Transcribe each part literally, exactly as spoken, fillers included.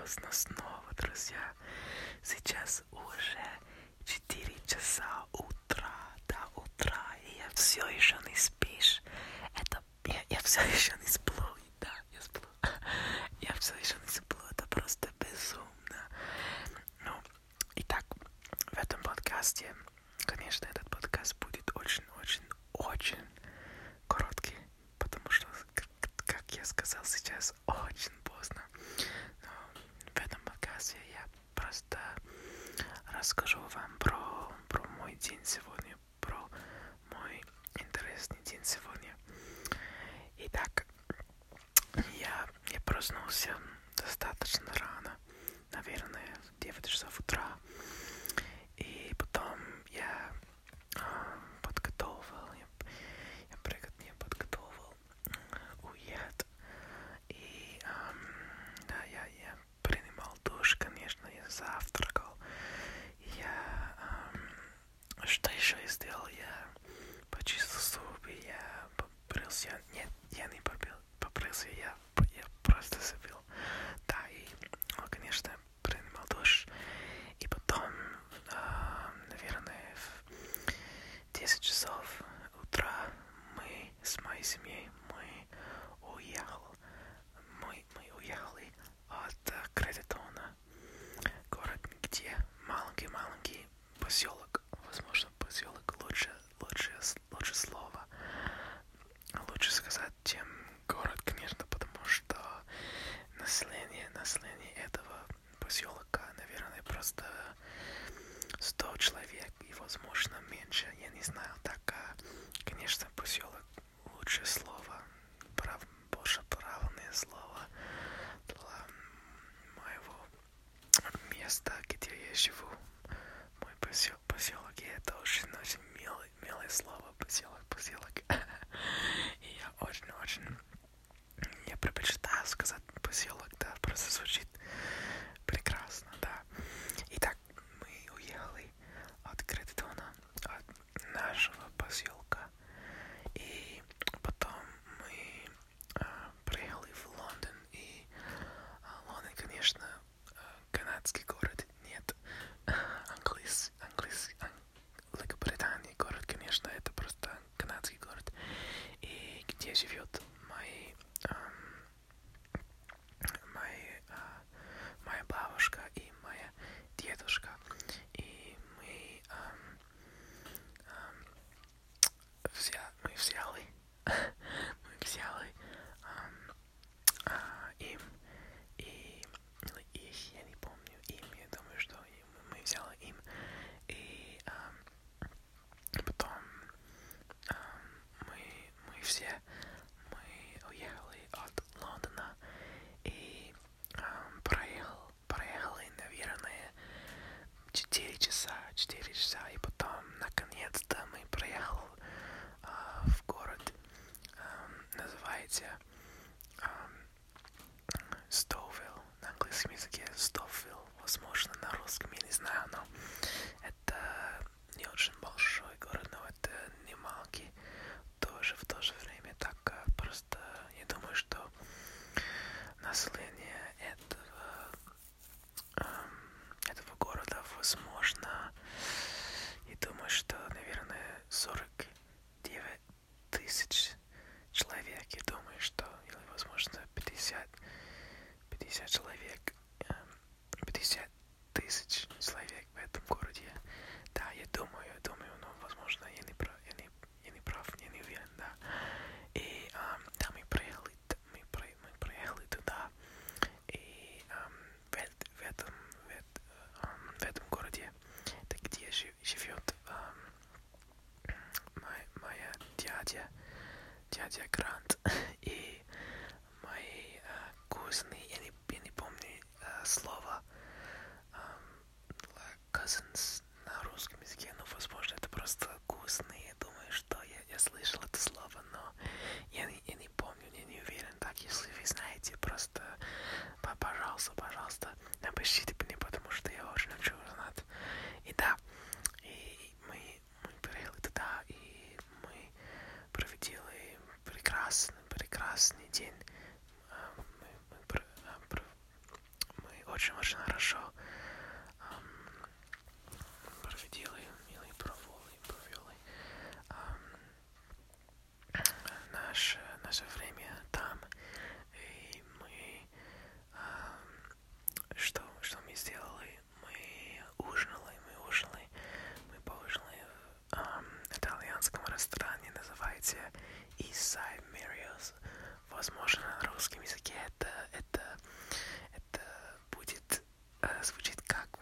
поздно снова, друзья. Сейчас уже четыре часа утра, до утра, и я все еще не спишь. Это я, я все еще не сплю, да, я сплю. Я все еще не сплю, это просто безумно. Ну, итак, в этом подкасте, конечно, этот подкаст будет очень-очень-очень короткий, потому что, как я сказал сейчас, очень поздно. Но в этом подкасте я просто расскажу вам про, про мой день сегодня, про мой интересный день сегодня. Итак, я, я проснулся достаточно рано, наверное, в девять часов утра. И потом я э, подготовил, я, я, пригот- я подготовил уезд. И эм, да, я, я принимал душ, конечно, я завтракал. Я эм, что еще я сделал? Я почистил зубы, я побрился. Нет, я не побрил, побрился, я, я просто забыл. Да, и, ну, конечно, принимал душ. И потом, э, наверное, в десять часов утра мы с моей семьей мы уехали. Мы, мы уехали от uh, Кредитона, город, где маленький-маленький поселок, возможно, поселок лучше, лучше, лучше слово, лучше сказать, чем город, конечно, потому что население, население этого поселка, наверное, просто сто человек и, возможно, меньше, я не знаю, так, конечно, поселок лучшее слово, прав, больше правильное слово для моего места, где я живу. Мой посел, поселок, и это очень-очень милое, милое слово, поселок, поселок. И я очень-очень, я предпочитаю сказать поселок, да, просто звучит прекрасно, да. Итак, мы уехали от Кредитона, от нашего поселка, и потом мы а, приехали в Лондон, и а, Лондон, конечно, а, канадский город, нет, английский, английский, ан... Великобритания город, конечно, это просто канадский город, и где живет мои, а, мои, а, моя бабушка и моя дедушка, и мы um, um, взя, мы взяли мы взяли um, uh, им и или их, я не помню им, я думаю, что мы взяли им, и um, потом um, мы, мы все мы уехали от Лондона и um, проехал, проехали, наверное, четыре часа, четыре часа, и потом, наконец-то, мы проехали uh, в город, um, называется um, Стовилл, на английском языке Стовилл, возможно, на русском, я не знаю, но это не очень большой город, но это не маленький, тоже в то же время, так просто, я думаю, что население этого этого города, возможно, я думаю, что, наверное, сорок девять тысяч человек, я думаю, что, или, возможно, пятьдесят, пятьдесят человек, пятьдесят тысяч человек в этом городе. Да, я думаю, я думаю, но, возможно, я не прав, я не, я не прав, я не уверен, да. И, um, да, мы проехали, мы, про, мы проехали туда, и um, в, в этом в, um, в этом городе, это где живет um, моя, моя дядя, дядя Грант, и мои uh, кузны, я не, я не помню uh, слово um, cousins на русском языке, но, возможно, это просто кузны, я думаю, что я, я слышал это слово, но я не, я не помню, я не уверен, так, если вы знаете, просто пожалуйста, пожалуйста, напишите мне, потому что я очень хочу узнать. И да, и мы, мы приехали туда, и мы провели прекрасный, прекрасный день. Мы, мы, мы, мы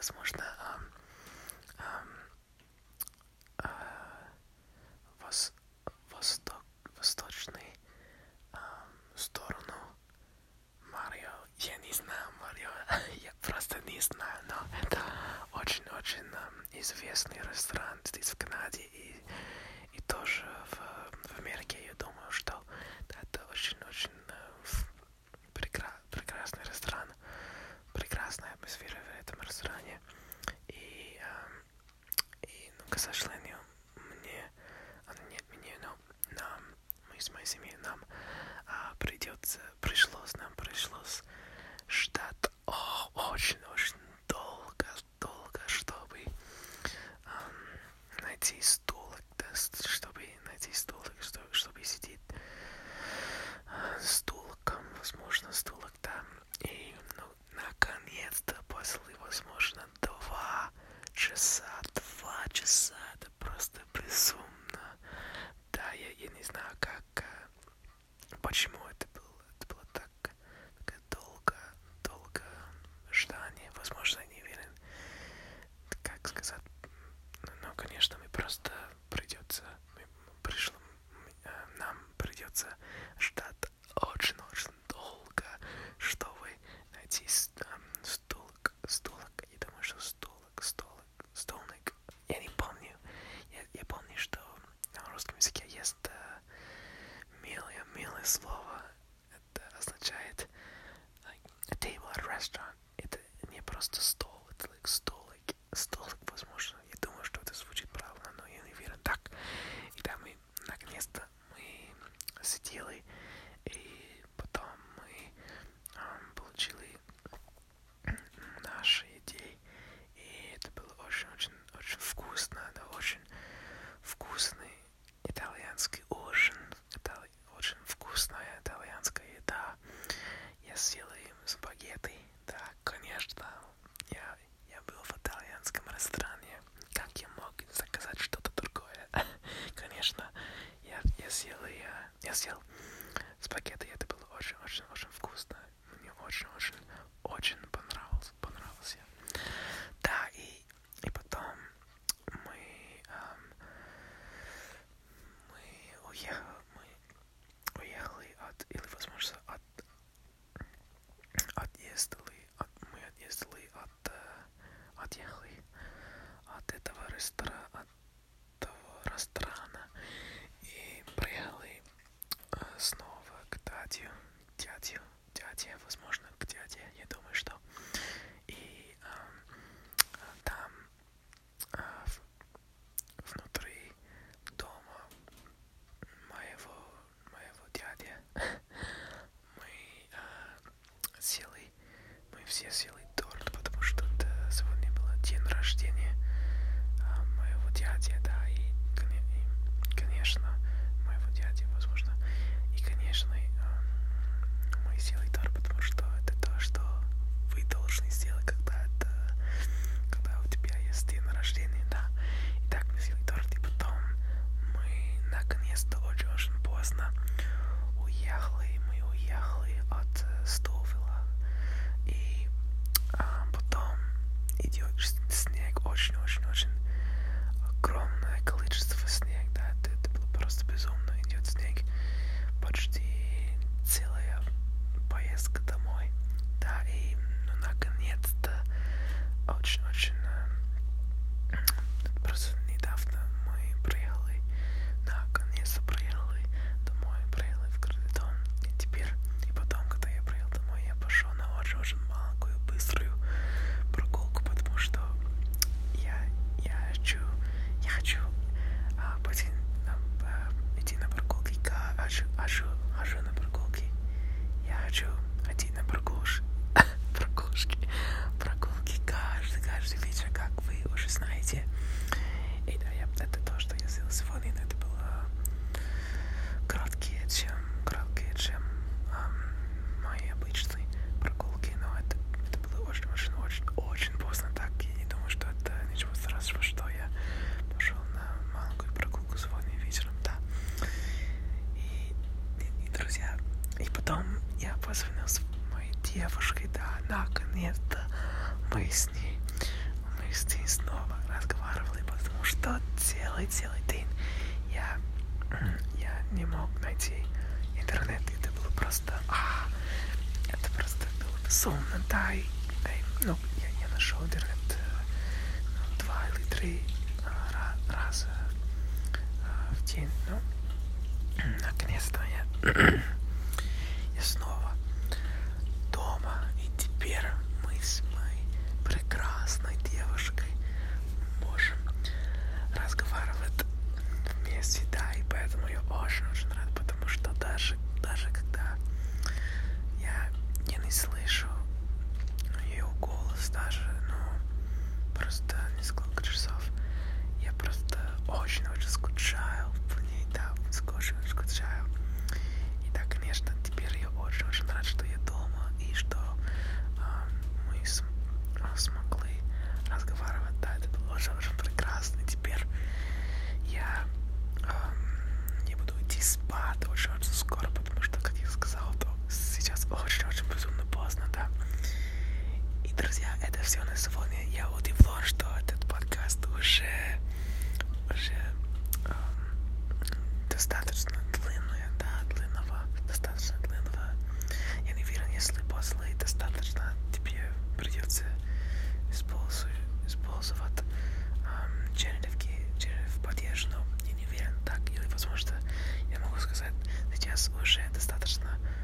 возможно, ам, ам, а, вос, восток, восточный ам, сторону Марио. Я не знаю Марио, я просто не знаю, но это очень-очень ам, известный ресторан здесь в Канаде и, и тоже в, в Америке. Я думаю, что это очень-очень прекра- прекрасный ресторан, прекрасная атмосфера в этом ресторане. И, ам, и ну, к сожалению, мне, а, нет, мне, но нам, мы с моей семьей, нам а, придется, пришлось, нам пришлось ждать очень-очень долго, долго, чтобы ам, найти столик, да, чтобы найти столик, чтобы, чтобы сидеть а, столиком, возможно, столик там. И, ну, наконец-то, после, возможно, два часа, два часа, это просто безумно. Да, я, я не знаю, как, почему это было, это было так, так долго, долго ожидание, возможно, я не уверен, как сказать, ну, ну конечно, мы просто придется, мы, пришло, мы, э, нам придется ждать очень-очень долго, чтобы найти эм, столик, столик, я думаю, что столик, столик, столик, я не помню, я, я помню, что на русском языке есть э, милое, милое слово, это означает like, a table at a restaurant, это не просто стол, это like, столик, столик, возможно, я думаю, что это звучит правильно, но я не уверен, так, и там мы, наконец-то, мы сидели, и потом мы um, получили наши идеи, и это было очень-очень-очень вкусно, это очень вкусный итальянский ужин, это очень вкусная итальянская еда. Я съел им спагетти, да, конечно, я, я был в итальянском ресторане, как я мог заказать что-то другое? Конечно, я, я съел, я, я съел спагетти, это было очень-очень-очень вкусно, мне очень-очень-очень понравилось, понравился. Да, и, и потом мы, эм, мы уехали, мы уехали от, или, возможно, от, отъездили, от, мы отъездили от, э, отъехали от этого ресторана, от того ресторана и приехали э, снова к дяде, дяде, дяде, возможно, к дяде, я думаю, что. И э, там э, в, внутри дома моего, моего дяди мы э, сели, мы все сели торт, потому что это сегодня был день рождения э, моего дяди, да, и, и конечно, моего дяди, возможно, и, конечно, э, мы сели торт, потому что это то, что вы должны сделать, когда это, когда у тебя есть день рождения, да. И так мы сели торт, и потом мы наконец-то очень-очень поздно уехали, мы уехали от э, Стовила, и а, потом идет снег, очень-очень-очень огромное количество снега, да, это, это было просто безумно, идет снег, почти целая поездка домой, да, и ну, наконец-то очень-очень э, просто недавно мы приехали, наконец-то приехали домой, приехали в крытый дом, и теперь, и потом, когда я приехал домой, я пошел на очень-очень маленькую, быструю прогулку, потому что я, я хочу, я хочу а, пойти на, а, идти на прогулки, хочу, хочу, хочу на прогулки, я хочу идти на прогулки, прогулки, прогулки каждый, каждый вечер, как вы уже знаете. И да, я, это то, что я сделал сегодня, но это было краткие, чем, краткие, чем um, мои обычные прогулки, но это, это было очень-очень-очень-очень поздно, так, я не думаю, что это ничего страшного, что я пошел на маленькую прогулку сегодня вечером, да. И, и, и друзья, и потом я позвонил с моей девушкой, да, наконец-то мы с ней с ней снова разговаривали, потому что целый-целый день я, я не мог найти интернет. Это было просто... А, это просто было безумно, да. И, и, ну, я, я нашел интернет ну, два или три а, раза а, в день. Ну, наконец-то я, я снова дома. И теперь мы с моей прекрасной девушкой можем разговаривать вместе, да, и поэтому я очень-очень рад, потому что даже, даже когда я, я не слышу ее голос, даже, ну, просто несколько часов, я просто очень-очень скучаю по ней, да, очень скучаю. И да, конечно, теперь я очень-очень рад, что я дома и что э, мы с, э, смогли разговаривать, да, это было очень-очень прекрасно. И теперь я, э, я буду идти спать очень-очень скоро, потому что, как я сказал, то сейчас очень-очень безумно поздно, да. И, друзья, это все на сегодня. Я удивлен, что этот подкаст уже, уже э, достаточно длинный, да, длинного, достаточно длинного. Я не уверен, если после достаточно тебе придется использовать, использовать эм, чередовки, чередов поддержку, но я не уверен, так, или возможно, я могу сказать, сейчас уже достаточно